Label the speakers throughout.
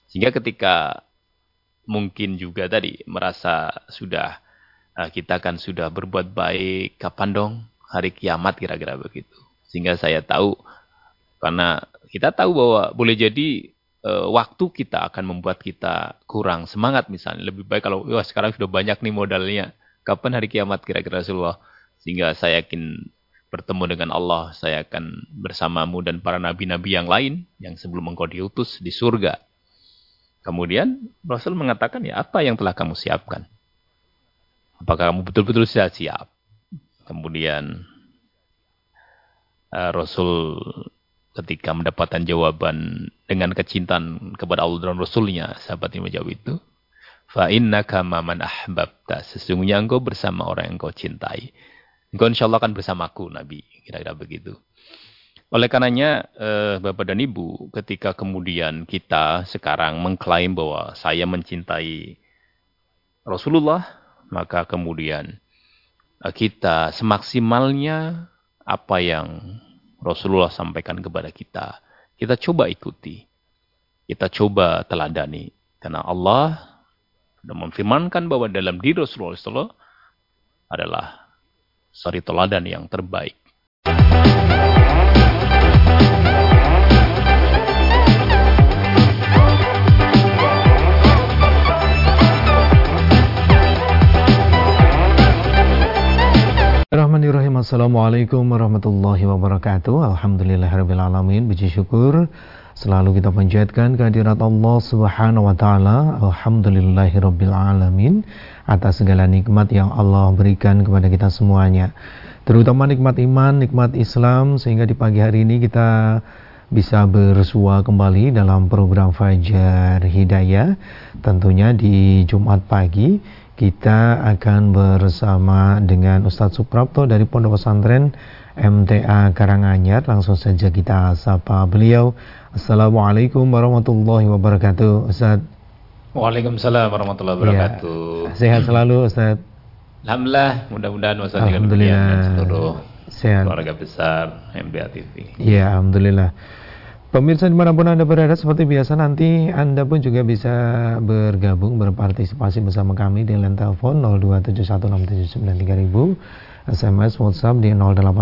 Speaker 1: Sehingga ketika mungkin juga tadi merasa sudah kita kan sudah berbuat baik, kapan dong hari kiamat kira-kira begitu. Sehingga saya tahu, karena kita tahu bahwa boleh jadi waktu kita akan membuat kita kurang semangat misalnya. Lebih baik kalau wah sekarang sudah banyak nih modalnya. Kapan hari kiamat kira-kira Rasulullah? Sehingga saya yakin bertemu dengan Allah, saya akan bersamamu dan para nabi-nabi yang lain yang sebelum engkau diutus di surga. Kemudian Rasul mengatakan, ya apa yang telah kamu siapkan? Apakah kamu betul-betul sudah siap? Kemudian Rasul ketika mendapatkan jawaban dengan kecintaan kepada Allah dan Rasulnya, sahabat ini menjawab itu, fa innaka man ahbabta, sesungguhnya engkau bersama orang yang engkau cintai. Engkau insya Allah akan bersamaku, Nabi. Kira-kira begitu. Oleh karenanya, Bapak dan Ibu, ketika kemudian kita sekarang mengklaim bahwa saya mencintai Rasulullah, maka kemudian kita semaksimalnya apa yang Rasulullah sampaikan kepada kita, kita coba ikuti, kita coba teladani. Karena Allah sudah memfirmankan bahwa dalam diri Rasulullah SAW adalah suri teladan yang terbaik.
Speaker 2: Bismillahirrahmanirrahim. Assalamualaikum warahmatullahi wabarakatuh. Alhamdulillahirrahmanirrahim. Puji syukur selalu kita panjatkan kehadirat Allah Subhanahu wa taala. Alhamdulillahirrahmanirrahim atas segala nikmat yang Allah berikan kepada kita semuanya. Terutama nikmat iman, nikmat Islam, sehingga di pagi hari ini kita bisa bersua kembali dalam program Fajar Hidayah. Tentunya di Jumat pagi kita akan bersama dengan Ustadz Suprapto dari Pondok Pesantren MTA Karanganyar. Langsung saja kita sapa beliau. Assalamualaikum warahmatullahi wabarakatuh, Ustadz.
Speaker 1: Waalaikumsalam warahmatullahi wabarakatuh.
Speaker 2: Ya, sehat selalu, Ustadz.
Speaker 1: Alhamdulillah, mudah-mudahan Ustadz juga
Speaker 2: Alhamdulillah
Speaker 1: dan seluruh
Speaker 2: sehat.
Speaker 1: Keluarga besar MTA TV.
Speaker 2: Ya, Alhamdulillah. Pemirsa dimanapun Anda berada, seperti biasa nanti Anda pun juga bisa bergabung, berpartisipasi bersama kami di line telepon 02716793000, SMS WhatsApp di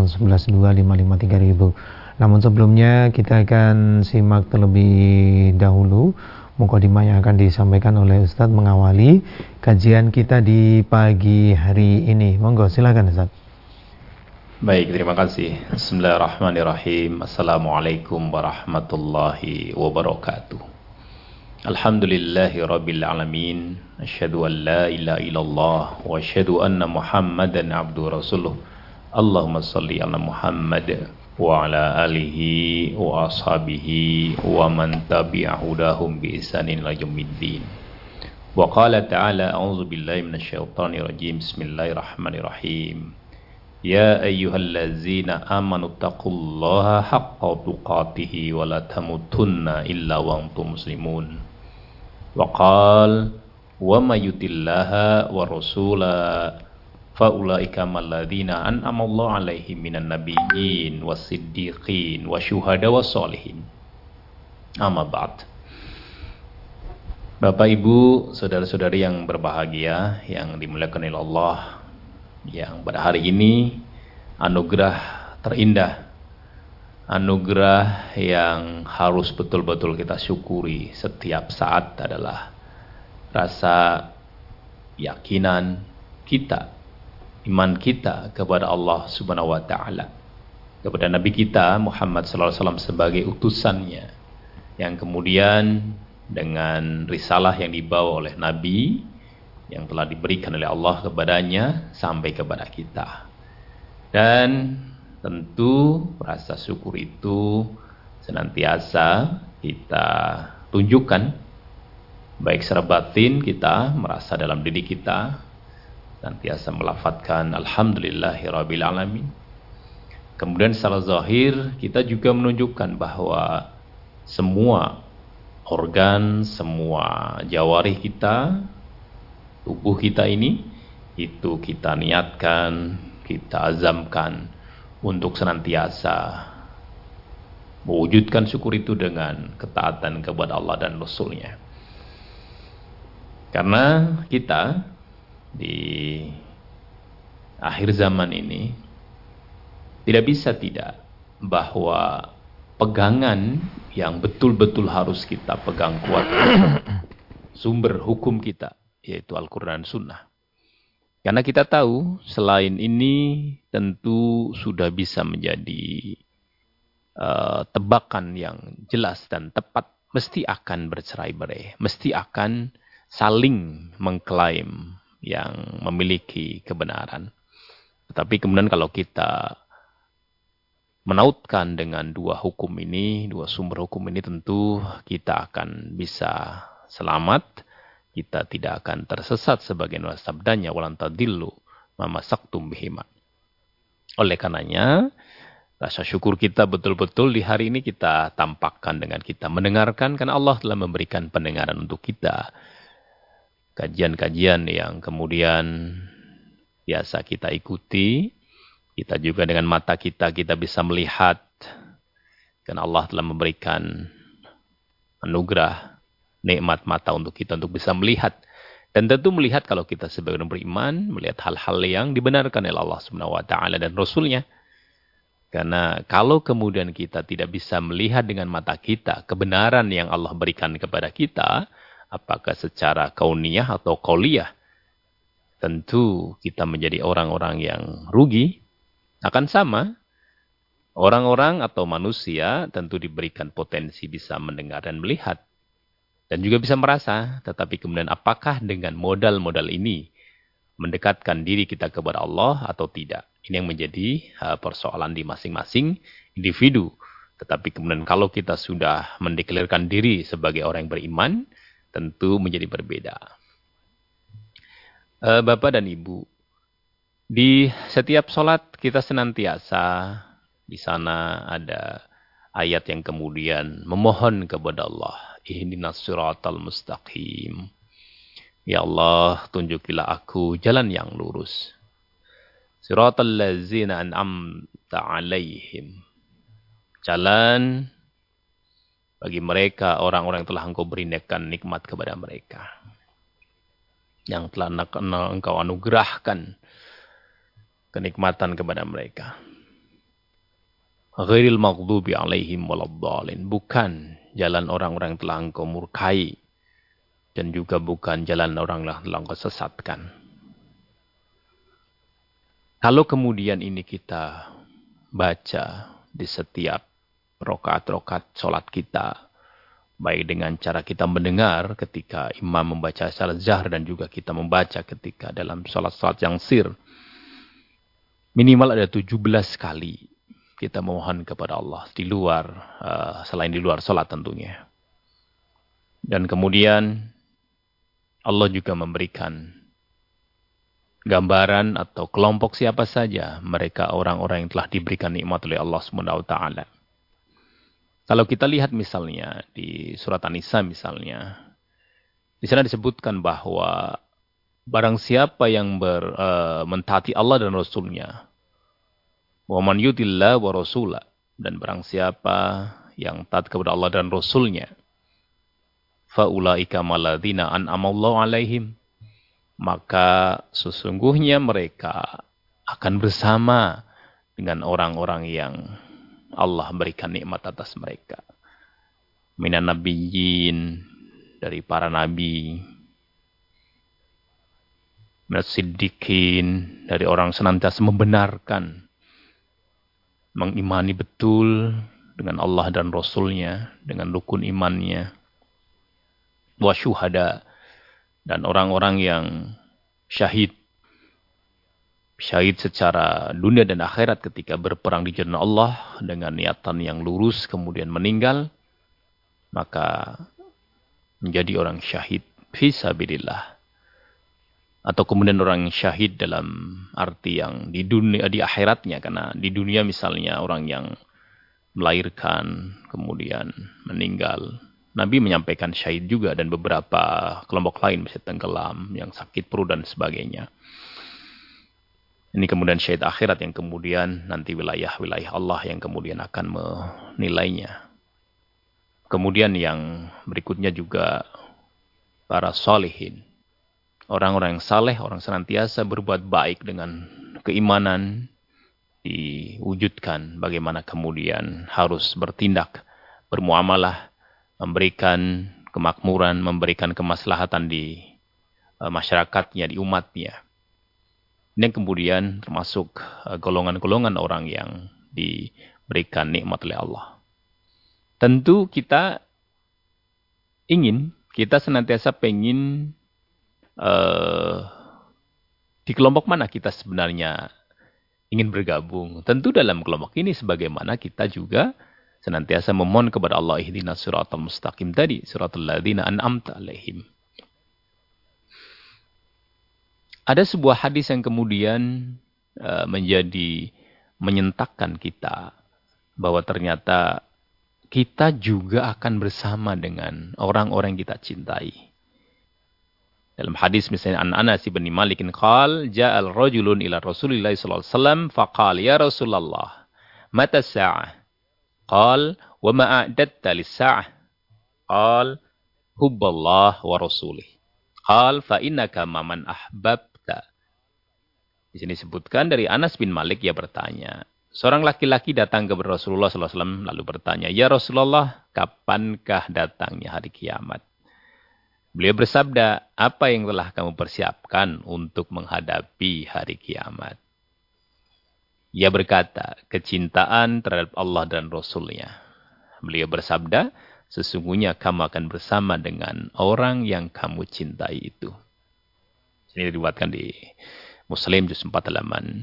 Speaker 2: 08112553000. Namun sebelumnya kita akan simak terlebih dahulu mukadimah yang akan disampaikan oleh Ustadz mengawali kajian kita di pagi hari ini. Monggo silakan Ustadz.
Speaker 1: Baik, terima kasih. Bismillahirrahmanirrahim. Assalamualaikum warahmatullahi wabarakatuh. Alhamdulillahi rabbil alamin. Asyhadu an la ilaha illallah wa asyhadu anna Muhammadan abduhu rasuluh. Allahumma salli ala Muhammad wa ala alihi wa ashabihi wa man tabi'a hudahum bi ihsanin ila yaumiddin. Wa qala ta'ala a'udzu billahi minasyaitonir rajim. Bismillahirrahmanirrahim. Ya ayyuhallazina amanu taqullaha haqqa tuqatih wa la tamutunna illa wa antum muslimun. Wa qala wa may yutillaha wa rasula fa ulaika malladzina an'ama Allahu 'alaihim minan nabiyyin was-siddiqin wasyuhada was-sholihin. Amma ba'd. Bapak Ibu, saudara-saudari yang berbahagia yang dimuliakan oleh Allah, yang pada hari ini anugerah terindah, anugerah yang harus betul-betul kita syukuri setiap saat adalah rasa yakinan kita, iman kita kepada Allah Subhanahu wa taala, kepada Nabi kita Muhammad sallallahu alaihi wasallam sebagai utusannya, yang kemudian dengan risalah yang dibawa oleh Nabi yang telah diberikan oleh Allah kepadanya sampai kepada kita. Dan tentu rasa syukur itu senantiasa kita tunjukkan, baik secara batin kita merasa dalam diri kita senantiasa melafadzkan alhamdulillahirabbil alamin. Kemudian secara zahir kita juga menunjukkan bahwa semua organ, semua jawarih kita, tubuh kita ini, itu kita niatkan, kita azamkan untuk senantiasa mewujudkan syukur itu dengan ketaatan kepada Allah dan Rasul-Nya. Karena kita di akhir zaman ini tidak bisa tidak bahwa pegangan yang betul-betul harus kita pegang kuat sumber hukum kita, yaitu Al-Quran dan Sunnah. Karena kita tahu selain ini tentu sudah bisa menjadi tebakan yang jelas dan tepat, mesti akan bercerai-berai, mesti akan saling mengklaim yang memiliki kebenaran. Tetapi kemudian kalau kita menautkan dengan dua hukum ini, dua sumber hukum ini, tentu kita akan bisa selamat, kita tidak akan tersesat sebagaimana sabdanya walan tadillu mamasaktum bihima. Oleh karenanya, rasa syukur kita betul-betul di hari ini kita tampakkan dengan kita mendengarkan, karena Allah telah memberikan pendengaran untuk kita. Kajian-kajian yang kemudian biasa kita ikuti, kita juga dengan mata kita bisa melihat, karena Allah telah memberikan anugerah, nikmat mata untuk kita untuk bisa melihat. Dan tentu melihat kalau kita sebagai orang beriman, melihat hal-hal yang dibenarkan oleh Allah Subhanahu wa Ta'ala dan Rasulnya. Karena kalau kemudian kita tidak bisa melihat dengan mata kita kebenaran yang Allah berikan kepada kita, apakah secara kauniyah atau qauliyah, tentu kita menjadi orang-orang yang rugi. Akan sama, orang-orang atau manusia tentu diberikan potensi bisa mendengar dan melihat. Dan juga bisa merasa, tetapi kemudian apakah dengan modal-modal ini mendekatkan diri kita kepada Allah atau tidak? Ini yang menjadi persoalan di masing-masing individu. Tetapi kemudian kalau kita sudah mendeklarasikan diri sebagai orang yang beriman, tentu menjadi berbeda. Bapak dan Ibu, di setiap sholat kita senantiasa di sana ada ayat yang kemudian memohon kepada Allah, ihdinas siratal mustaqim. Ya Allah, tunjukilah aku jalan yang lurus. Siratal ladzina an'amta 'alaihim. Jalan bagi mereka orang-orang yang telah Engkau berikan nikmat kepada mereka. Yang telah Engkau anugerahkan kenikmatan kepada mereka. Ghairil maghdubi 'alaihim waladdallin. Bukan jalan orang-orang yang telah Engkau murkai, dan juga bukan jalan orang yang telah Engkau sesatkan. Kalau kemudian ini kita baca di setiap rakaat-rakaat sholat kita, baik dengan cara kita mendengar ketika imam membaca secara zahar dan juga kita membaca ketika dalam sholat-sholat yang sir, minimal ada 17 kali kita memohon kepada Allah di luar, selain di luar sholat tentunya. Dan kemudian Allah juga memberikan gambaran atau kelompok siapa saja mereka orang-orang yang telah diberikan nikmat oleh Allah Subhanahu wa Ta'ala. Kalau kita lihat misalnya di surat An-Nisa misalnya, di sana disebutkan bahwa barang siapa yang mentaati Allah dan Rasulnya, wa man yutillah wa rasulah, dan barang siapa yang taat kepada Allah dan Rasulnya, fa ulaika malladzina an'amallahu alaihim, maka sesungguhnya mereka akan bersama dengan orang-orang yang Allah berikan nikmat atas mereka. Minan nabiyyin, dari para nabi. Minat siddiqin, dari orang senantiasa membenarkan, mengimani betul dengan Allah dan Rasulnya, dengan rukun imannya. Wa syuhada, dan orang-orang yang syahid. Syahid secara dunia dan akhirat ketika berperang di jalan Allah dengan niatan yang lurus kemudian meninggal, maka menjadi orang syahid fi sabilillah. Atau kemudian orang syahid dalam arti yang di dunia, di akhiratnya, karena di dunia misalnya orang yang melahirkan kemudian meninggal, Nabi menyampaikan syahid juga, dan beberapa kelompok lain bisa tenggelam, yang sakit perut dan sebagainya. Ini kemudian syahid akhirat yang kemudian nanti wilayah-wilayah Allah yang kemudian akan menilainya. Kemudian yang berikutnya juga para sholihin. Orang-orang yang saleh, orang senantiasa berbuat baik dengan keimanan, diwujudkan bagaimana kemudian harus bertindak, bermuamalah, memberikan kemakmuran, memberikan kemaslahatan di masyarakatnya, di umatnya. Ini kemudian termasuk golongan-golongan orang yang diberikan nikmat oleh Allah. Tentu kita senantiasa pengen di kelompok mana kita sebenarnya ingin bergabung. Tentu dalam kelompok ini sebagaimana kita juga senantiasa memohon kepada Allah, ihdinas siratal mustaqim tadi, siratal ladzina an'amta alaihim. Ada sebuah hadis yang kemudian menyentakkan kita bahwa ternyata kita juga akan bersama dengan orang-orang yang kita cintai. Dalam hadis misalnya Anas bin Malik qala ja'al rajulun ila Rasulillah sallallahu alaihi wasallam faqala ya Rasulullah mata as-sa'ah qala wa ma a'dadta lis-sa'ah qala hubballah wa rasulih qala fa innaka man ahbabta. Di sini disebutkan dari Anas bin Malik, ia bertanya, seorang laki-laki datang kepada Rasulullah sallallahu alaihi wasallam lalu bertanya, "Ya Rasulullah, kapankah datangnya hari kiamat?" Beliau bersabda, "Apa yang telah kamu persiapkan untuk menghadapi hari kiamat?" Ia berkata, "Kecintaan terhadap Allah dan Rasul-Nya." Beliau bersabda, "Sesungguhnya kamu akan bersama dengan orang yang kamu cintai itu." Ini diriwayatkan di Muslim juz 4 halaman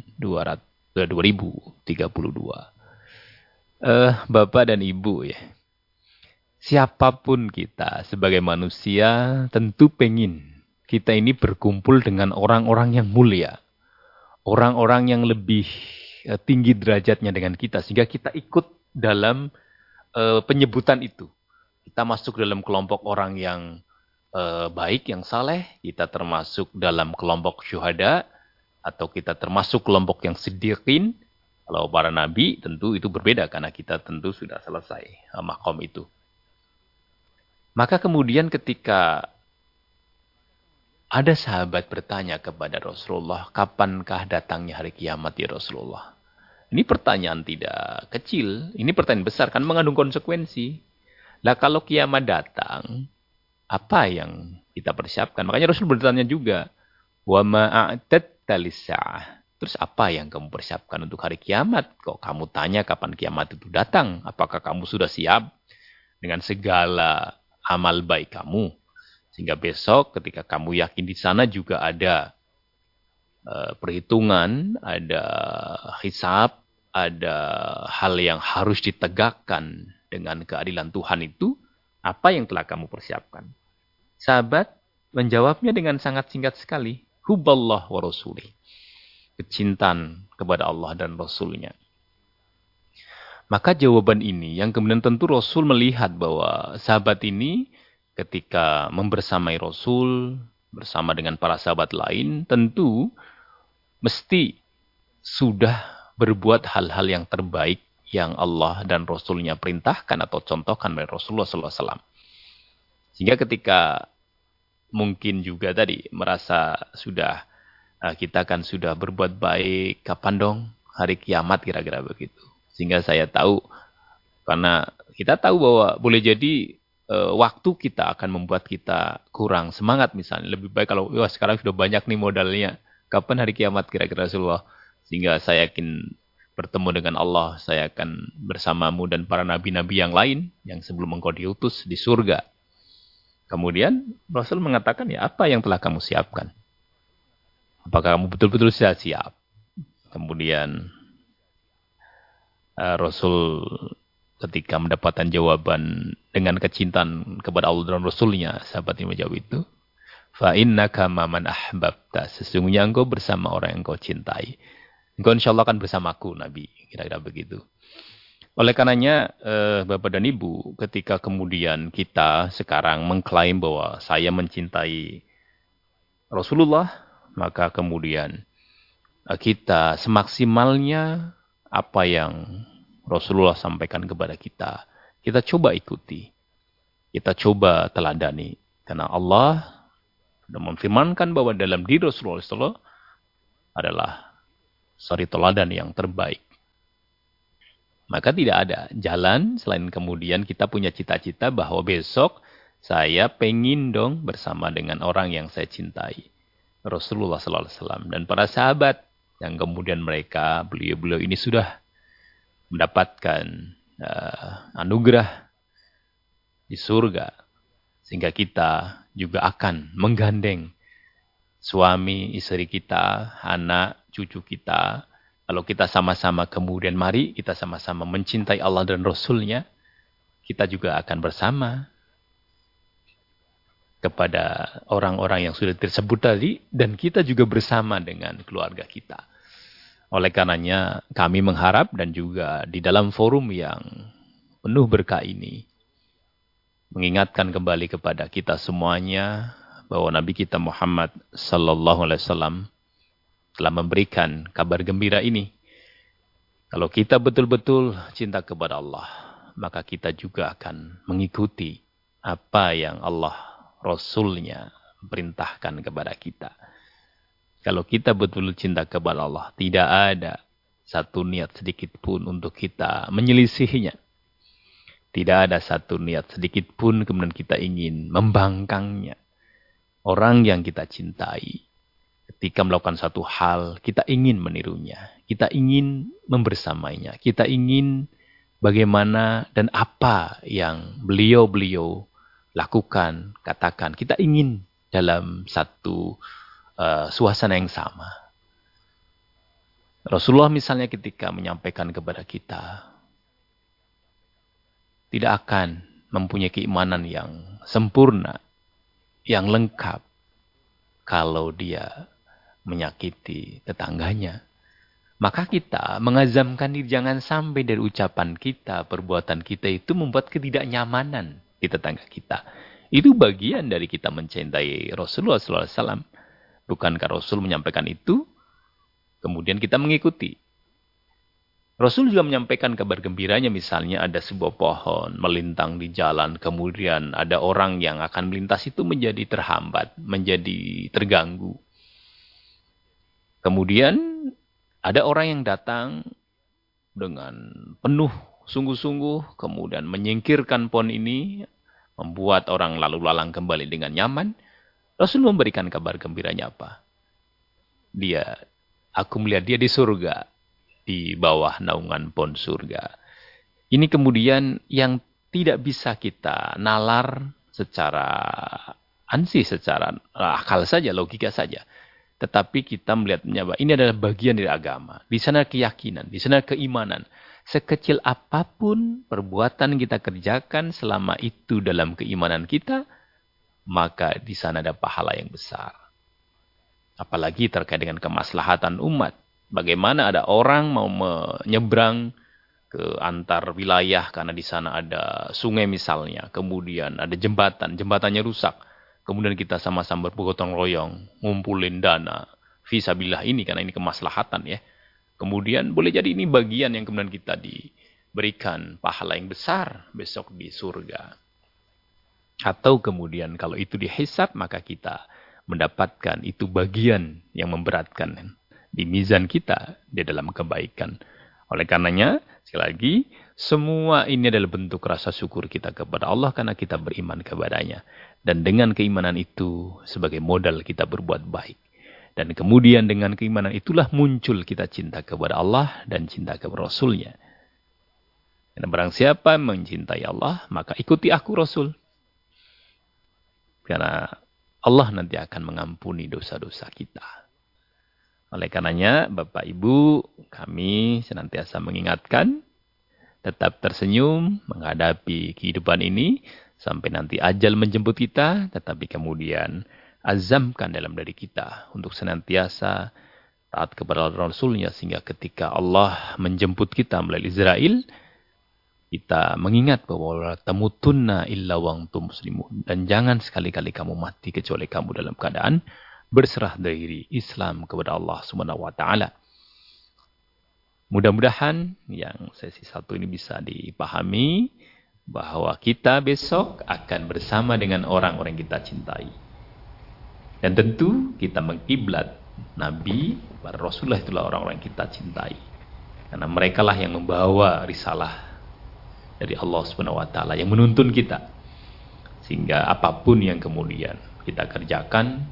Speaker 1: 2032. Bapak dan Ibu ya. Siapapun kita sebagai manusia tentu pengin kita ini berkumpul dengan orang-orang yang mulia. Orang-orang yang lebih tinggi derajatnya dengan kita. Sehingga kita ikut dalam penyebutan itu. Kita masuk dalam kelompok orang yang baik, yang saleh. Kita termasuk dalam kelompok syuhada. Atau kita termasuk kelompok yang siddiqin. Kalau para nabi tentu itu berbeda. Karena kita tentu sudah selesai maqam itu. Maka kemudian ketika ada sahabat bertanya kepada Rasulullah, kapankah datangnya hari kiamat ya Rasulullah? Ini pertanyaan tidak kecil, ini pertanyaan besar, kan mengandung konsekuensi. Lah kalau kiamat datang, apa yang kita persiapkan? Makanya Rasul bertanya juga, wa ma'a'tadta lis-sa'ah. Terus apa yang kamu persiapkan untuk hari kiamat? Kok kamu tanya kapan kiamat itu datang? Apakah kamu sudah siap dengan segala amal baik kamu, sehingga besok ketika kamu yakin di sana juga ada perhitungan, ada hisab, ada hal yang harus ditegakkan dengan keadilan Tuhan itu, apa yang telah kamu persiapkan? Sahabat menjawabnya dengan sangat singkat sekali, hubballah wa rasulih, kecintaan kepada Allah dan Rasul-Nya. Maka jawaban ini yang kemudian tentu Rasul melihat bahwa sahabat ini ketika membersamai Rasul bersama dengan para sahabat lain tentu mesti sudah berbuat hal-hal yang terbaik yang Allah dan Rasul-Nya perintahkan atau contohkan oleh Rasulullah SAW. Sehingga ketika mungkin juga tadi merasa sudah kita kan sudah berbuat baik, kapan dong hari kiamat kira-kira begitu. Sehingga saya tahu, karena kita tahu bahwa boleh jadi waktu kita akan membuat kita kurang semangat misalnya. Lebih baik kalau sekarang sudah banyak nih modalnya. Kapan hari kiamat kira-kira Rasulullah? Sehingga saya yakin bertemu dengan Allah, saya akan bersamamu dan para nabi-nabi yang lain yang sebelum engkau diutus di surga. Kemudian Rasul mengatakan, ya apa yang telah kamu siapkan? Apakah kamu betul-betul sudah siap? Kemudian Rasul ketika mendapatkan jawaban dengan kecintaan kepada Allah dan Rasul-Nya, sahabat yang menjawab itu, fa innaka man ahbabta, sesungguhnya engkau bersama orang yang engkau cintai. Engkau insya Allah akan bersamaku, Nabi, kira-kira begitu. Oleh karenanya, Bapak dan Ibu, ketika kemudian kita sekarang mengklaim bahwa saya mencintai Rasulullah, maka kemudian kita semaksimalnya apa yang Rasulullah sampaikan kepada kita, kita coba ikuti. Kita coba teladani. Karena Allah dan memfirmankan bahwa dalam diri Rasulullah SAW adalah suri teladan yang terbaik. Maka tidak ada jalan selain kemudian kita punya cita-cita bahwa besok saya pengen dong bersama dengan orang yang saya cintai. Rasulullah SAW dan para sahabat yang kemudian beliau-beliau ini sudah mendapatkan anugerah di surga. Sehingga kita juga akan menggandeng suami, istri kita, anak, cucu kita. Kalau kita sama-sama kemudian mari kita sama-sama mencintai Allah dan Rasul-Nya, kita juga akan bersama kepada orang-orang yang sudah tersebut tadi, dan kita juga bersama dengan keluarga kita. Oleh karenanya kami mengharap dan juga di dalam forum yang penuh berkah ini, mengingatkan kembali kepada kita semuanya bahwa Nabi kita Muhammad sallallahu alaihi wasallam telah memberikan kabar gembira ini. Kalau kita betul-betul cinta kepada Allah, maka kita juga akan mengikuti apa yang Allah Rasul-Nya perintahkan kepada kita. Kalau kita betul-betul cinta kepada Allah, tidak ada satu niat sedikit pun untuk kita menyelisihinya. Tidak ada satu niat sedikit pun kemudian kita ingin membangkangnya. Orang yang kita cintai, ketika melakukan satu hal, kita ingin menirunya. Kita ingin membersamainya. Kita ingin bagaimana dan apa yang beliau-beliau lakukan, katakan. Kita ingin dalam satu suasana yang sama. Rasulullah misalnya ketika menyampaikan kepada kita, tidak akan mempunyai keimanan yang sempurna, yang lengkap, kalau dia menyakiti tetangganya. Maka kita mengazamkan diri jangan sampai dari ucapan kita, perbuatan kita itu membuat ketidaknyamanan di tetangga kita. Itu bagian dari kita mencintai Rasulullah SAW. Bukankah Rasul menyampaikan itu, kemudian kita mengikuti. Rasul juga menyampaikan kabar gembiranya, misalnya ada sebuah pohon melintang di jalan, kemudian ada orang yang akan melintas itu menjadi terhambat, menjadi terganggu. Kemudian ada orang yang datang dengan penuh sungguh-sungguh, kemudian menyingkirkan pohon ini, membuat orang lalu lalang kembali dengan nyaman. Rasul memberikan kabar gembiranya apa? Aku melihat dia di surga, di bawah naungan pohon surga. Ini kemudian yang tidak bisa kita nalar secara ansih, secara akal saja, logika saja. Tetapi kita melihatnya bahwa ini adalah bagian dari agama. Di sana keyakinan, di sana keimanan. Sekecil apapun perbuatan kita kerjakan selama itu dalam keimanan kita, maka di sana ada pahala yang besar. Apalagi terkait dengan kemaslahatan umat. Bagaimana ada orang mau menyeberang ke antar wilayah karena di sana ada sungai misalnya, kemudian ada jembatannya rusak, kemudian kita sama-sama bergotong royong, ngumpulin dana, fisabilillah ini karena ini kemaslahatan ya. Kemudian boleh jadi ini bagian yang kemudian kita diberikan pahala yang besar besok di surga. Atau kemudian kalau itu dihisab maka kita mendapatkan itu bagian yang memberatkan di mizan kita di dalam kebaikan. Oleh karenanya, sekali lagi, semua ini adalah bentuk rasa syukur kita kepada Allah karena kita beriman kepadanya. Dan dengan keimanan itu sebagai modal kita berbuat baik. Dan kemudian dengan keimanan itulah muncul kita cinta kepada Allah dan cinta kepada Rasul-Nya. Dan barang siapa mencintai Allah, maka ikuti aku Rasul. Karena Allah nanti akan mengampuni dosa-dosa kita. Oleh karenanya, Bapak Ibu, kami senantiasa mengingatkan, tetap tersenyum menghadapi kehidupan ini, sampai nanti ajal menjemput kita, tetapi kemudian azamkan dalam diri kita untuk senantiasa taat kepada Rasul-Nya, sehingga ketika Allah menjemput kita melalui Israel, kita mengingat bahwa tamutunna illa wa antum muslimun. Dan jangan sekali-kali kamu mati kecuali kamu dalam keadaan berserah diri Islam kepada Allah Subhanahu wa taala. Mudah-mudahan yang sesi satu ini bisa dipahami bahwa kita besok akan bersama dengan orang-orang yang kita cintai. Dan tentu kita mengkiblat Nabi, para Rasulullah itulah orang-orang yang kita cintai. Karena mereka lah yang membawa risalah dari Allah Subhanahu wa taala yang menuntun kita. Sehingga apapun yang kemudian kita kerjakan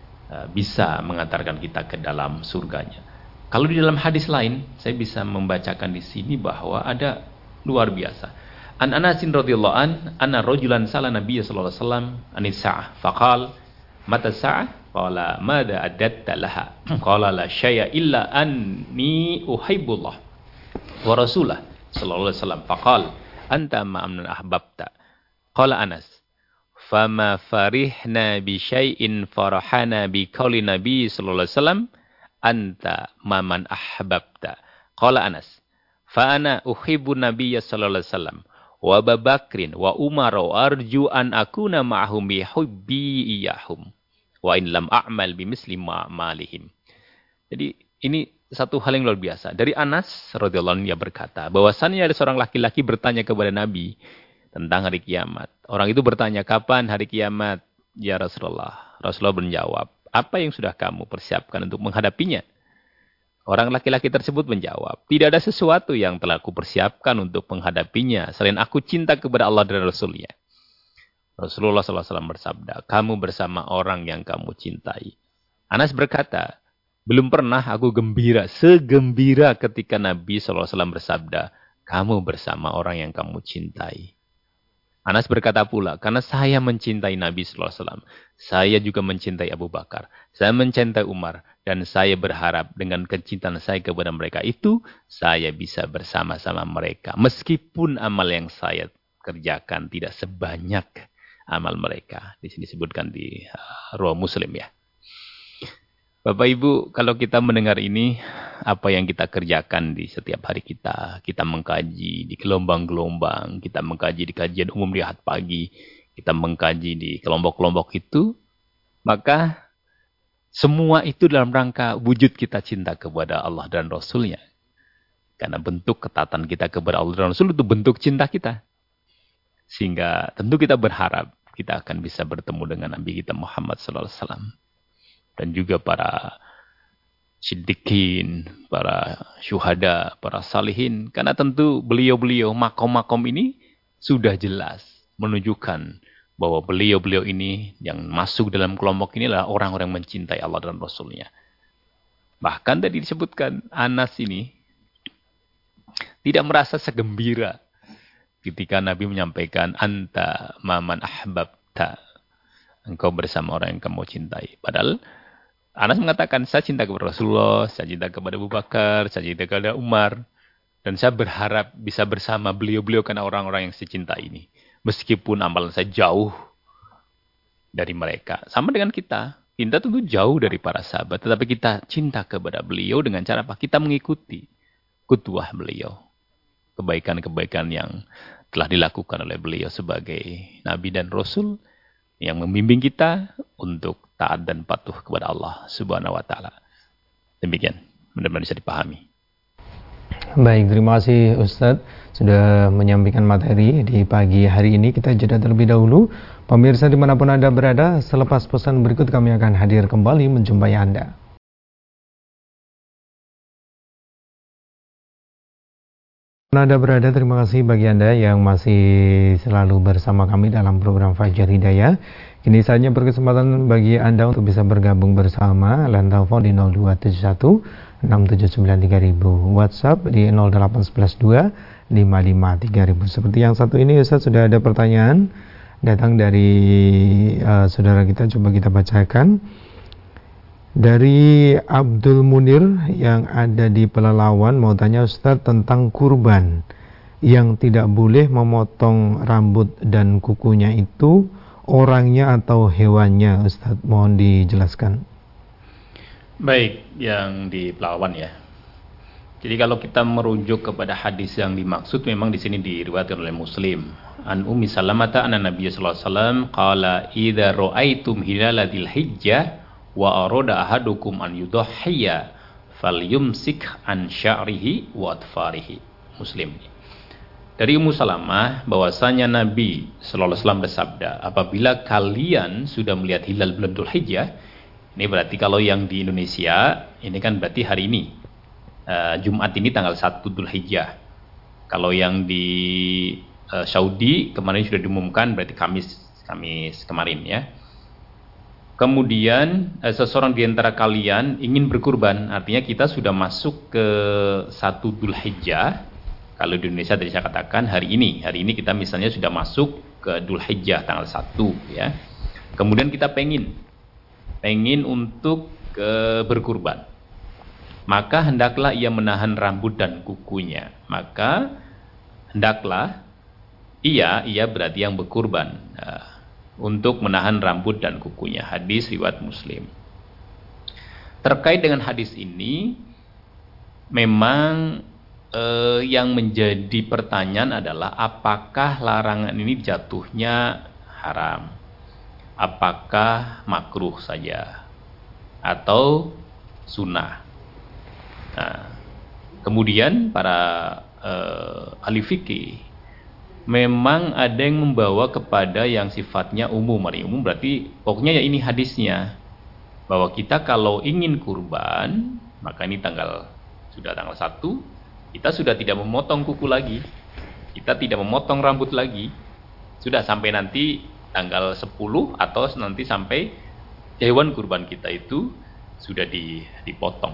Speaker 1: bisa mengantarkan kita ke dalam surganya. Kalau di dalam hadis lain, saya bisa membacakan di sini bahwa ada luar biasa. An Anasin radhiyallahu anna rajulan sala Nabiy sallallahu alaihi wasallam anis sa'ah faqala mata sa'ah qala madza adatta laha qala la syai'a illa anni uhibbullah wa rasulah sallallahu alaihi wasallam faqala anta ma'amnan ahbabta qala Anas fama farihna bi syai'in farahana bi qauli Nabi sallallahu alaihi wasallam anta maman ahbabta qala Anas fa ana uhibbu Nabiyya sallallahu alaihi wasallam wa Abu Bakrin wa Umar wa arju an akuna ma'ahum bi hubbi iyahum wa in lam a'mal bi misli ma'malihim. Jadi ini satu hal yang luar biasa. Dari Anas radhiyallahu anhu dia berkata, bahwasannya ada seorang laki-laki bertanya kepada Nabi tentang hari kiamat. Orang itu bertanya, "Kapan hari kiamat?" Ya Rasulullah. Rasulullah menjawab, "Apa yang sudah kamu persiapkan untuk menghadapinya?" Orang laki-laki tersebut menjawab, "Tidak ada sesuatu yang telah aku persiapkan untuk menghadapinya selain aku cinta kepada Allah dan Rasul-Nya." Rasulullah SAW bersabda, "Kamu bersama orang yang kamu cintai." Anas berkata, "Belum pernah aku segembira ketika Nabi SAW bersabda, 'Kamu bersama orang yang kamu cintai.'" Anas berkata pula, "Karena saya mencintai Nabi SAW, saya juga mencintai Abu Bakar, saya mencintai Umar, dan saya berharap dengan kecintaan saya kepada mereka itu, saya bisa bersama-sama mereka. Meskipun amal yang saya kerjakan tidak sebanyak amal mereka." Di sini disebutkan di Riwayat Muslim ya. Bapak Ibu, kalau kita mendengar ini, apa yang kita kerjakan di setiap hari kita mengkaji di gelombang-gelombang, kita mengkaji di kajian umum di ahad pagi, kita mengkaji di kelompok-kelompok itu, maka semua itu dalam rangka wujud kita cinta kepada Allah dan Rasul-Nya. Karena bentuk ketaatan kita kepada Allah dan Rasul itu bentuk cinta kita. Sehingga tentu kita berharap kita akan bisa bertemu dengan Nabi kita Muhammad SAW. Dan juga para siddiqin, para syuhada, para salihin. Karena tentu beliau-beliau, makom-makom ini sudah jelas menunjukkan bahwa beliau-beliau ini yang masuk dalam kelompok ini adalah orang-orang yang mencintai Allah dan Rasul-Nya. Bahkan tadi disebutkan Anas ini tidak merasa segembira ketika Nabi menyampaikan anta maman ahbabta, engkau bersama orang yang kamu cintai. Padahal Anas mengatakan, saya cinta kepada Rasulullah, saya cinta kepada Abu Bakar, saya cinta kepada Umar, dan saya berharap bisa bersama beliau-beliau karena orang-orang yang saya cinta ini. Meskipun amalan saya jauh dari mereka. Sama dengan kita tentu jauh dari para sahabat, tetapi kita cinta kepada beliau dengan cara apa? Kita mengikuti kutuah beliau. Kebaikan-kebaikan yang telah dilakukan oleh beliau sebagai Nabi dan Rasul yang membimbing kita untuk taat dan patuh kepada Allah Subhanahu wa taala. Demikian, mudah-mudahan bisa dipahami.
Speaker 2: Baik, terima kasih Ustadz sudah menyampaikan materi di pagi hari ini. Kita jeda terlebih dahulu. Pemirsa dimanapun Anda berada, selepas pesan berikut kami akan hadir kembali menjumpai Anda. Anda berada, terima kasih bagi Anda yang masih selalu bersama kami dalam program Fajar Hidayah. Kini saatnya berkesempatan bagi Anda untuk bisa bergabung bersama line telepon di 0271 679 3000, WhatsApp di 08112 55 3000. Seperti yang satu ini Ustaz, sudah ada pertanyaan datang dari saudara kita, coba kita bacakan. Dari Abdul Munir yang ada di Pelalawan, mau tanya Ustaz tentang kurban yang tidak boleh memotong rambut dan kukunya itu, orangnya atau hewannya, Ustaz, mohon dijelaskan.
Speaker 1: Baik, yang di Pelalawan ya. Jadi kalau kita merujuk kepada hadis yang dimaksud, memang di sini diriwayatkan oleh Muslim. An Ummi Salamata anna Nabiy sallallahu alaihi wasallam qala idza ra'aitum hilaladil hijjah wa arada ahadukum an yudhhiya falyumsik an sya'rihi wa atfarihi. Muslim. Dari Ummu Salamah bahwasanya Nabi sallallahu alaihi wasallam bersabda, apabila kalian sudah melihat hilal bulan Dzulhijjah, Ini berarti kalau yang di Indonesia, ini kan berarti hari ini. Jumat ini tanggal 1 Dzulhijjah. Kalau yang di Saudi kemarin sudah diumumkan berarti Kamis kemarin ya. Kemudian seseorang di antara kalian ingin berkurban, artinya kita sudah masuk ke 1 Dzulhijjah. Kalau di Indonesia tadi saya katakan hari ini kita misalnya sudah masuk ke Dzulhijjah tanggal 1 ya. Kemudian kita pengen untuk berkurban. Maka hendaklah ia menahan rambut dan kukunya. Maka hendaklah ia berarti yang berkurban. Untuk menahan rambut dan kukunya. Hadis riwayat Muslim. Terkait dengan hadis ini, memang yang menjadi pertanyaan adalah apakah larangan ini jatuhnya haram? Apakah makruh saja? Atau sunnah? Nah, kemudian para ahli fikih memang ada yang membawa kepada yang sifatnya umum. Umum berarti pokoknya ya ini hadisnya, bahwa kita kalau ingin kurban, maka ini sudah tanggal 1, kita sudah tidak memotong kuku lagi, kita tidak memotong rambut lagi, sudah sampai nanti tanggal 10 atau nanti sampai hewan kurban kita itu sudah dipotong.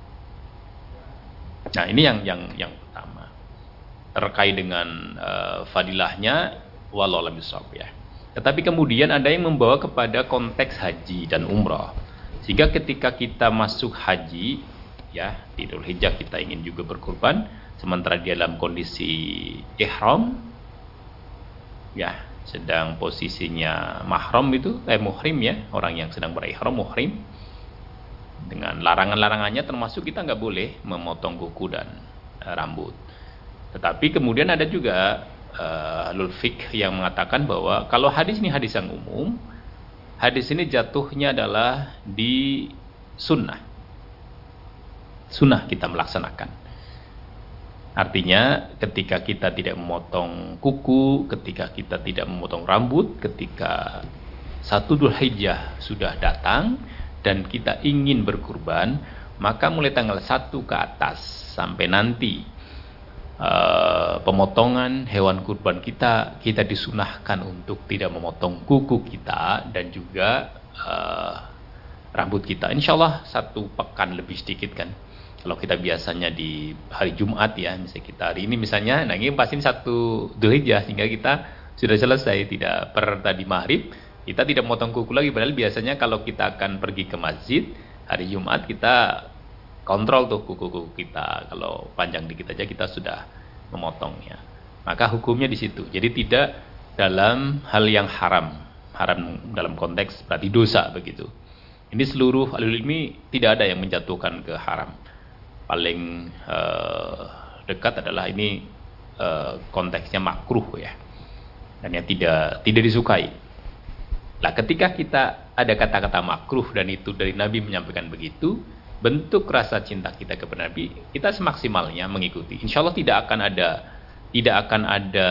Speaker 1: Nah, ini yang pertama. Terkait dengan fadilahnya wallahu a'lam bishawab ya. Tetapi kemudian ada yang membawa kepada konteks haji dan umrah. Sehingga ketika kita masuk haji ya, di Dzulhijjah kita ingin juga berkurban, sementara di dalam kondisi ihram ya, sedang posisinya mahram itu muhrim ya, orang yang sedang berihram muhrim. Dengan larangan-larangannya termasuk kita nggak boleh memotong kuku dan rambut. Tetapi kemudian ada juga ahlul fiqh yang mengatakan bahwa kalau hadis ini hadis yang umum, hadis ini jatuhnya adalah di sunnah. Sunnah kita melaksanakan. Artinya ketika kita tidak memotong kuku, ketika kita tidak memotong rambut, ketika 1 Dzulhijjah sudah datang dan kita ingin berkurban, maka mulai tanggal 1 ke atas sampai nanti pemotongan hewan kurban kita disunahkan untuk tidak memotong kuku kita dan juga rambut kita. Insya Allah 1 pekan lebih sedikit kan. Kalau kita biasanya di hari Jumat ya, misalnya kita hari ini misalnya, nah ini pasti 1 Dzulhijjah sehingga kita sudah selesai, tidak tadi maghrib kita tidak memotong kuku lagi. Padahal biasanya kalau kita akan pergi ke masjid hari Jumat kita kontrol tuh kuku-kuku kita, kalau panjang dikit aja kita sudah memotongnya. Maka hukumnya di situ. Jadi tidak dalam hal yang haram dalam konteks berarti dosa begitu. Ini seluruh ahli ilmi tidak ada yang menjatuhkan ke haram. Paling dekat adalah ini konteksnya makruh ya, dan yang tidak disukai. Nah, ketika kita ada kata-kata makruh dan itu dari Nabi menyampaikan begitu, bentuk rasa cinta kita kepada Nabi, kita semaksimalnya mengikuti. Insya Allah tidak akan ada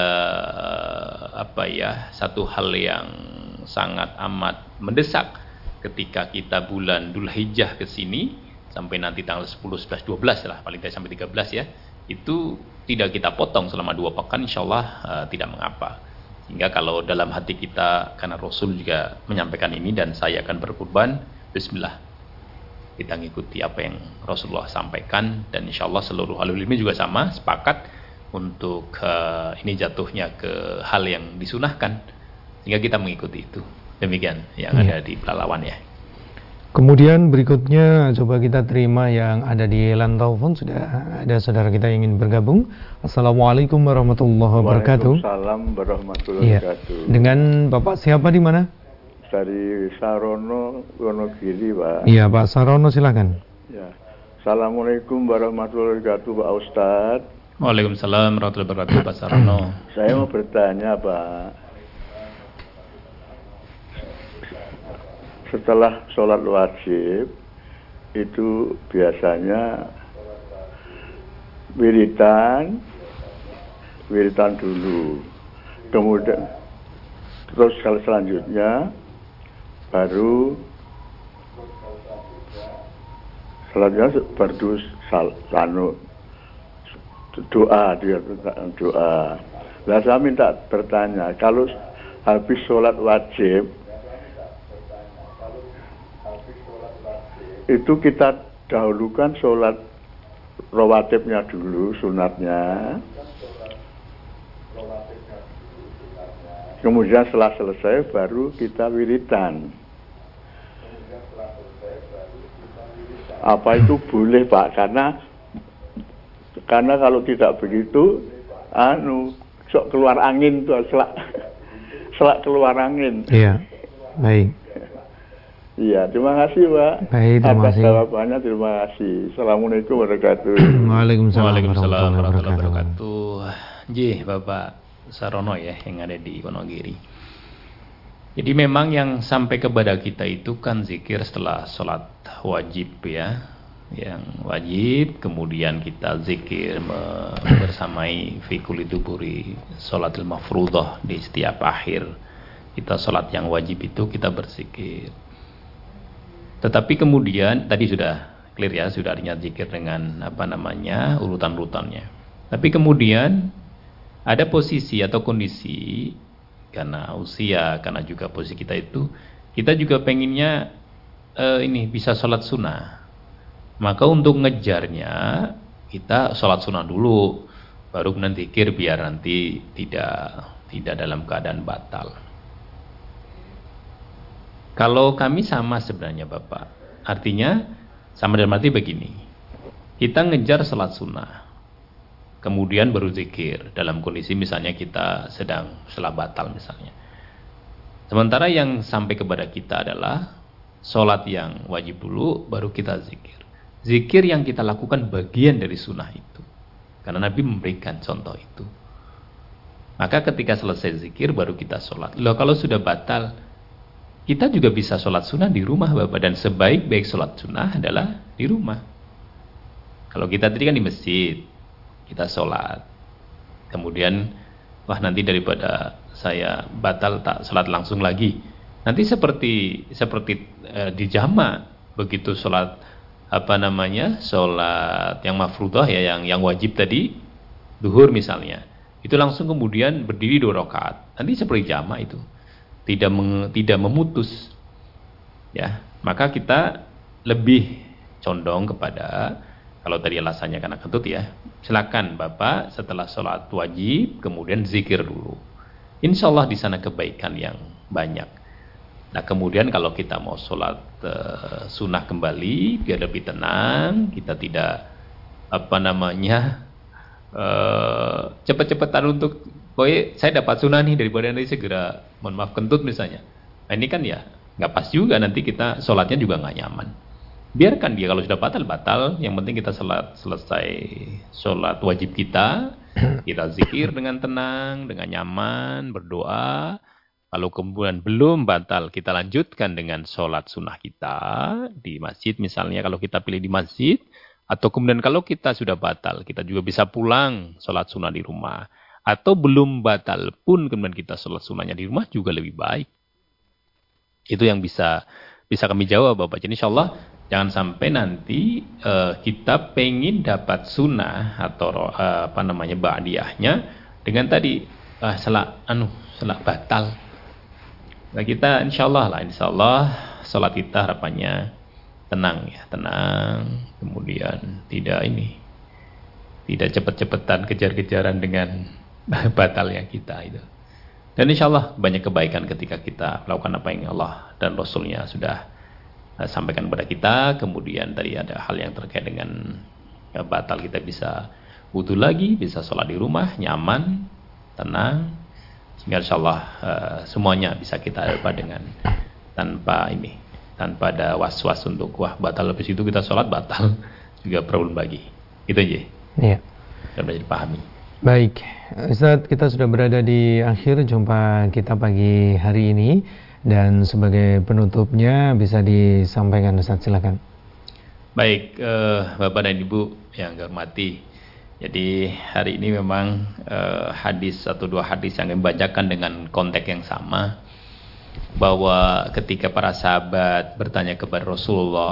Speaker 1: satu hal yang sangat amat mendesak ketika kita bulan Dzulhijjah ke sini sampai nanti tanggal 10, 11, 12 lah, paling tidak sampai 13 ya, itu tidak kita potong selama 2 pekan, insya Allah tidak mengapa. Sehingga kalau dalam hati kita, karena Rasul juga menyampaikan ini dan saya akan berkurban, bismillah, kita ngikuti apa yang Rasulullah sampaikan, dan insya Allah seluruh ahli ilmi juga sama sepakat untuk ini jatuhnya ke hal yang disunahkan, sehingga kita mengikuti itu. Demikian yang ada di Pelalawan ya.
Speaker 2: Kemudian berikutnya coba kita terima yang ada di line telepon. Sudah ada saudara kita yang ingin bergabung. Assalamualaikum warahmatullahi wabarakatuh.
Speaker 3: Waalaikumsalam warahmatullahi wabarakatuh.
Speaker 2: Dengan Bapak siapa di mana?
Speaker 3: Dari Sarono, Wonogiri, Pak.
Speaker 2: Iya, Pak Sarono, silakan.
Speaker 3: Ya. Assalamualaikum warahmatullahi wabarakatuh, Pak Ustadz.
Speaker 1: Waalaikumsalam warahmatullahi wabarakatuh, Pak Sarono.
Speaker 3: Saya mau bertanya, Pak. Setelah sholat wajib itu biasanya wiridan dulu, kemudian terus selanjutnya baru Salatnya fardu doa, dia doa. Lah saya minta bertanya, kalau habis sholat wajib itu kita dahulukan sholat rawatibnya dulu, sunatnya. Kemudian setelah selesai baru kita wiridan. Apa itu boleh, Pak? Karena kalau tidak begitu, sok keluar angin tuh, selak keluar angin.
Speaker 2: Iya, baik.
Speaker 3: Iya, terima kasih, Pak.
Speaker 2: Baik, terima
Speaker 3: atas
Speaker 2: kasih.
Speaker 3: jawabannya, terima kasih. Assalamualaikum warahmatullahi wabarakatuh.
Speaker 2: Waalaikumsalam warahmatullahi
Speaker 1: warahmatullahi
Speaker 2: wabarakatuh.
Speaker 1: wabarakatuh. Jih, Bapak Sarono ya yang ada di Wonogiri. Jadi memang yang sampai kepada kita itu kan zikir setelah sholat wajib ya, yang wajib, kemudian kita zikir bersamai fi kulli duburi sholatil mafruḍah, di setiap akhir kita sholat yang wajib itu kita berzikir. Tetapi kemudian tadi sudah clear ya, sudah artinya zikir dengan urutan-urutannya. Tapi kemudian ada posisi atau kondisi karena usia, karena juga posisi kita itu, kita juga pengennya bisa sholat sunnah. Maka untuk ngejarnya kita sholat sunnah dulu, baru nanti zikir biar nanti tidak dalam keadaan batal. Kalau kami sama sebenarnya Bapak, artinya sama dalam arti begini, kita ngejar sholat sunnah, kemudian baru zikir dalam kondisi misalnya kita sedang setelah batal misalnya. Sementara yang sampai kepada kita adalah sholat yang wajib dulu, baru kita zikir. Zikir yang kita lakukan bagian dari sunnah itu, karena Nabi memberikan contoh itu. Maka ketika selesai zikir baru kita sholat. Loh, kalau sudah batal, kita juga bisa sholat sunnah di rumah Bapak. Dan sebaik-baik sholat sunnah adalah di rumah. Kalau kita tadi kan di masjid, kita sholat, kemudian nanti daripada saya batal tak sholat langsung lagi, nanti seperti di jama, begitu sholat sholat yang mafruḍah ya, yang wajib tadi duhur misalnya, itu langsung kemudian berdiri 2 rakaat, nanti seperti jama itu tidak memutus ya. Maka kita lebih condong kepada, kalau tadi alasannya karena kentut ya, silakan Bapak setelah sholat wajib kemudian zikir dulu. Insya Allah di sana kebaikan yang banyak. Nah kemudian kalau kita mau sholat sunnah kembali biar lebih tenang, kita tidak cepet-cepetan untuk saya dapat sunnah nih daripada nanti segera mohon maaf kentut misalnya. Nah ini kan ya nggak pas juga, nanti kita sholatnya juga nggak nyaman. Biarkan dia, kalau sudah batal, yang penting kita selesai sholat wajib kita zikir dengan tenang, dengan nyaman, berdoa. Kalau kemudian belum batal, kita lanjutkan dengan sholat sunnah kita di masjid misalnya, kalau kita pilih di masjid. Atau kemudian kalau kita sudah batal, kita juga bisa pulang sholat sunnah di rumah. Atau belum batal pun kemudian kita sholat sunnahnya di rumah juga lebih baik. Itu yang bisa kami jawab Bapak. Jadi insya Allah jangan sampai nanti kita pengen dapat sunnah atau ba'diyahnya dengan tadi selak batal. Nah kita insya Allah sholat kita harapannya tenang, kemudian tidak cepet-cepetan kejar-kejaran dengan batalnya kita itu. Dan insya Allah banyak kebaikan ketika kita melakukan apa yang Allah dan Rasulnya sudah sampaikan kepada kita. Kemudian tadi ada hal yang terkait dengan batal, kita bisa wudu lagi, bisa sholat di rumah, nyaman, tenang, sehingga insya Allah semuanya bisa kita dapat dengan tanpa ada was-was untuk batal, habis itu kita sholat batal juga problem bagi. Itu aja. Iya. Dan bisa dipahami.
Speaker 2: Baik, Ustaz, kita sudah berada di akhir jumpa kita pagi hari ini, dan sebagai penutupnya bisa disampaikan Ustaz, silakan.
Speaker 1: Baik, Bapak dan Ibu yang hormati, jadi hari ini memang hadis atau 2 hadis yang dibacakan dengan konteks yang sama, bahwa ketika para sahabat bertanya kepada Rasulullah,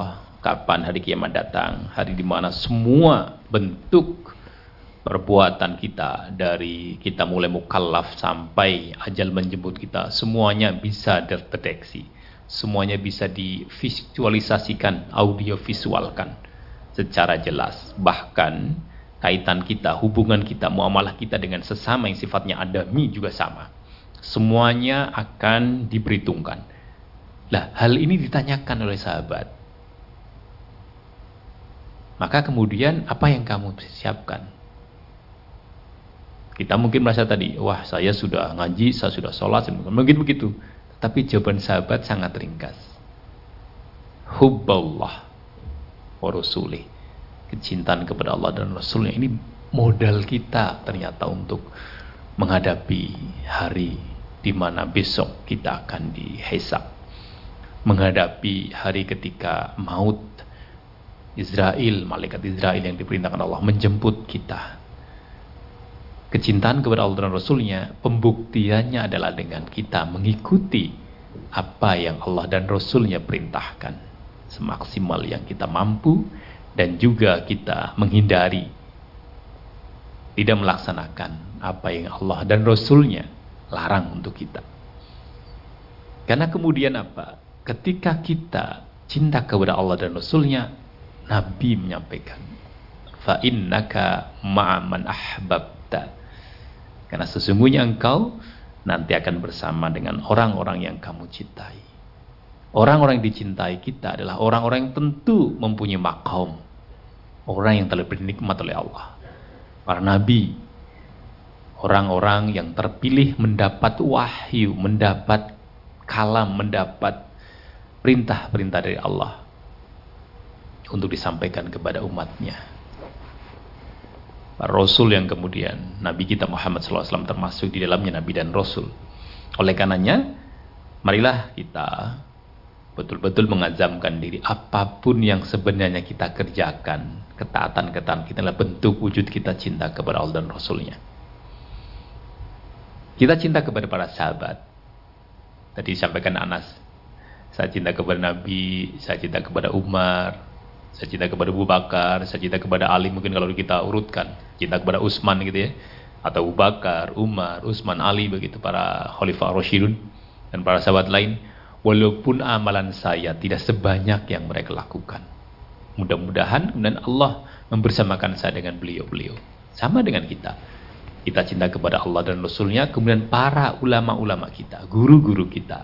Speaker 1: kapan hari kiamat datang, hari di mana semua bentuk perbuatan kita, dari kita mulai mukallaf sampai ajal menjemput kita, semuanya bisa terdeteksi, semuanya bisa divisualisasikan, audio visualkan secara jelas. Bahkan kaitan kita, hubungan kita, muamalah kita dengan sesama yang sifatnya adami juga sama, semuanya akan diperhitungkan. Lah, hal ini ditanyakan oleh sahabat. Maka kemudian apa yang kamu siapkan? Kita mungkin merasa tadi, wah saya sudah ngaji, saya sudah sholat, mungkin begitu. Tapi jawaban sahabat sangat ringkas. Hubballah wa rasulih. Kecintaan kepada Allah dan Rasulnya. Ini modal kita ternyata untuk menghadapi hari di mana besok kita akan dihisab. Menghadapi hari ketika maut Israel, malaikat Israel yang diperintahkan Allah menjemput kita. Kecintaan kepada Allah dan Rasulnya, pembuktiannya adalah dengan kita mengikuti apa yang Allah dan Rasulnya perintahkan semaksimal yang kita mampu, dan juga kita menghindari tidak melaksanakan apa yang Allah dan Rasulnya larang untuk kita. Karena kemudian apa? Ketika kita cinta kepada Allah dan Rasulnya, Nabi menyampaikan, fa innaka ma'aman ahbabta. Karena sesungguhnya engkau nanti akan bersama dengan orang-orang yang kamu cintai. Orang-orang yang dicintai kita adalah orang-orang yang tentu mempunyai maqam, orang yang telah dinikmat oleh Allah. Para nabi, orang-orang yang terpilih mendapat wahyu, mendapat kalam, mendapat perintah-perintah dari Allah untuk disampaikan kepada umatnya. Para Rasul yang kemudian Nabi kita Muhammad SAW termasuk di dalamnya Nabi dan Rasul. Oleh karenanya, marilah kita betul-betul mengazamkan diri, apapun yang sebenarnya kita kerjakan, ketaatan-ketaatan kita adalah bentuk wujud kita cinta kepada Allah dan Rasulnya. Kita cinta kepada para sahabat. Tadi disampaikan Anas, saya cinta kepada Nabi, saya cinta kepada Umar, saya cinta kepada Abu Bakar, saya cinta kepada Ali, mungkin kalau kita urutkan, cinta kepada Utsman gitu ya, atau Abu Bakar, Umar, Utsman, Ali, begitu para Khalifah Rasyidun dan para sahabat lain. Walaupun amalan saya tidak sebanyak yang mereka lakukan, mudah-mudahan kemudian Allah membersamakan saya dengan beliau-beliau. Sama dengan kita cinta kepada Allah dan Rasulnya, kemudian para ulama-ulama kita, guru-guru kita,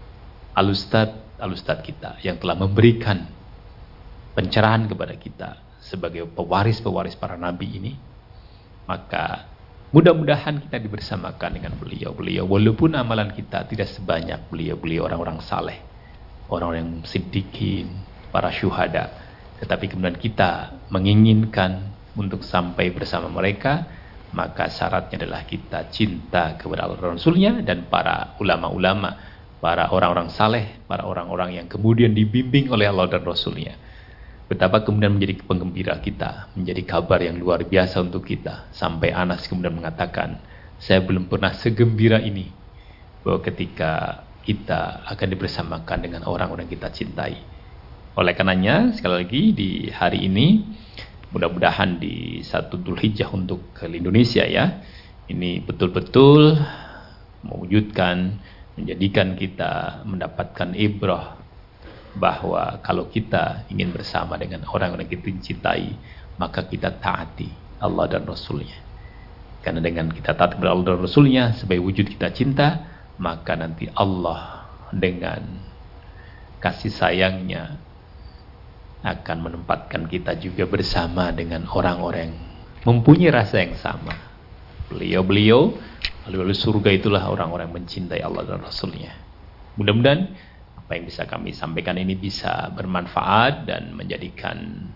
Speaker 1: al-ustad kita yang telah memberikan pencerahan kepada kita sebagai pewaris-pewaris para nabi ini, maka mudah-mudahan kita dibersamakan dengan beliau-beliau, walaupun amalan kita tidak sebanyak beliau-beliau, orang-orang saleh, orang-orang yang siddiqin, para syuhada, tetapi kemudian kita menginginkan untuk sampai bersama mereka, maka syaratnya adalah kita cinta kepada Allah dan Rasulnya dan para ulama-ulama, para orang-orang saleh, para orang-orang yang kemudian dibimbing oleh Allah dan Rasulnya. Betapa kemudian menjadi penggembira kita, menjadi kabar yang luar biasa untuk kita. Sampai Anas kemudian mengatakan, saya belum pernah segembira ini, bahwa ketika kita akan dibersamakan dengan orang-orang yang kita cintai. Oleh karenanya, sekali lagi di hari ini, mudah-mudahan di 1 Dzulhijjah untuk ke Indonesia ya, ini betul-betul mewujudkan, menjadikan kita mendapatkan ibrah, bahwa kalau kita ingin bersama dengan orang yang kita cintai, maka kita taati Allah dan Rasulnya. Karena dengan kita taat kepada Allah dan Rasulnya sebagai wujud kita cinta, maka nanti Allah dengan kasih sayangnya akan menempatkan kita juga bersama dengan orang-orang yang mempunyai rasa yang sama. Beliau-beliau, lalu surga itulah orang-orang yang mencintai Allah dan Rasulnya. Mudah-mudahan apa yang bisa kami sampaikan ini bisa bermanfaat dan menjadikan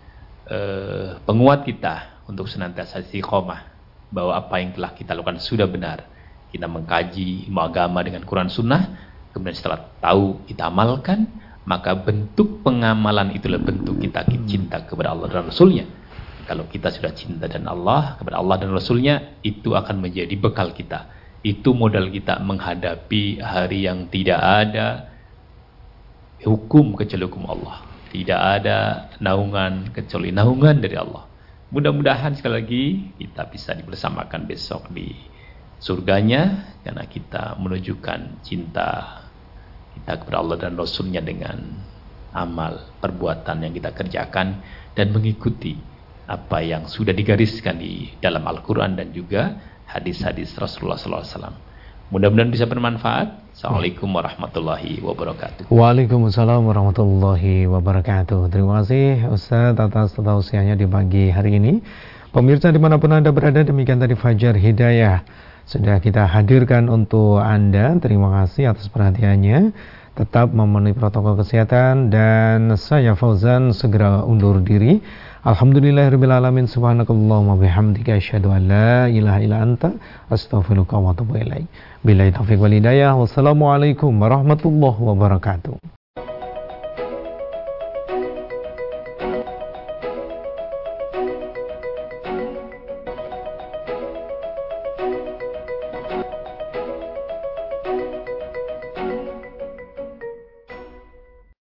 Speaker 1: penguat kita untuk senantiasa istiqomah bahwa apa yang telah kita lakukan sudah benar. Kita mengkaji ilmu agama dengan Quran Sunnah, kemudian setelah tahu kita amalkan, maka bentuk pengamalan itulah bentuk kita cinta kepada Allah dan Rasulnya. Kalau kita sudah cinta dan Allah kepada Allah dan Rasulnya, itu akan menjadi bekal kita. Itu modal kita menghadapi hari yang tidak ada hukum kecuali hukum Allah. Tidak ada naungan kecuali naungan dari Allah. Mudah-mudahan sekali lagi kita bisa dibersamakan besok di surganya, karena kita menunjukkan cinta kita kepada Allah dan Rasulnya dengan amal perbuatan yang kita kerjakan dan mengikuti apa yang sudah digariskan di dalam Al-Quran dan juga hadis-hadis Rasulullah SAW. Mudah-mudahan bisa bermanfaat. Assalamualaikum warahmatullahi wabarakatuh.
Speaker 2: Waalaikumsalam warahmatullahi wabarakatuh. Terima kasih Ustaz atas tausiahnya di pagi hari ini. Pemirsa dimanapun Anda berada, demikian tadi Fajar Hidayah sudah kita hadirkan untuk Anda. Terima kasih atas perhatiannya. Tetap memenuhi protokol kesehatan, dan saya Fauzan segera undur diri. Alhamdulillahirrabbilalamin. Subhanakallahumma bihamdika asyhadu an la ilaha illa anta astaghfiruka wa atubu ilaik. Billahi taufiq wal hidayah. Wassalamualaikum warahmatullahi wabarakatuh.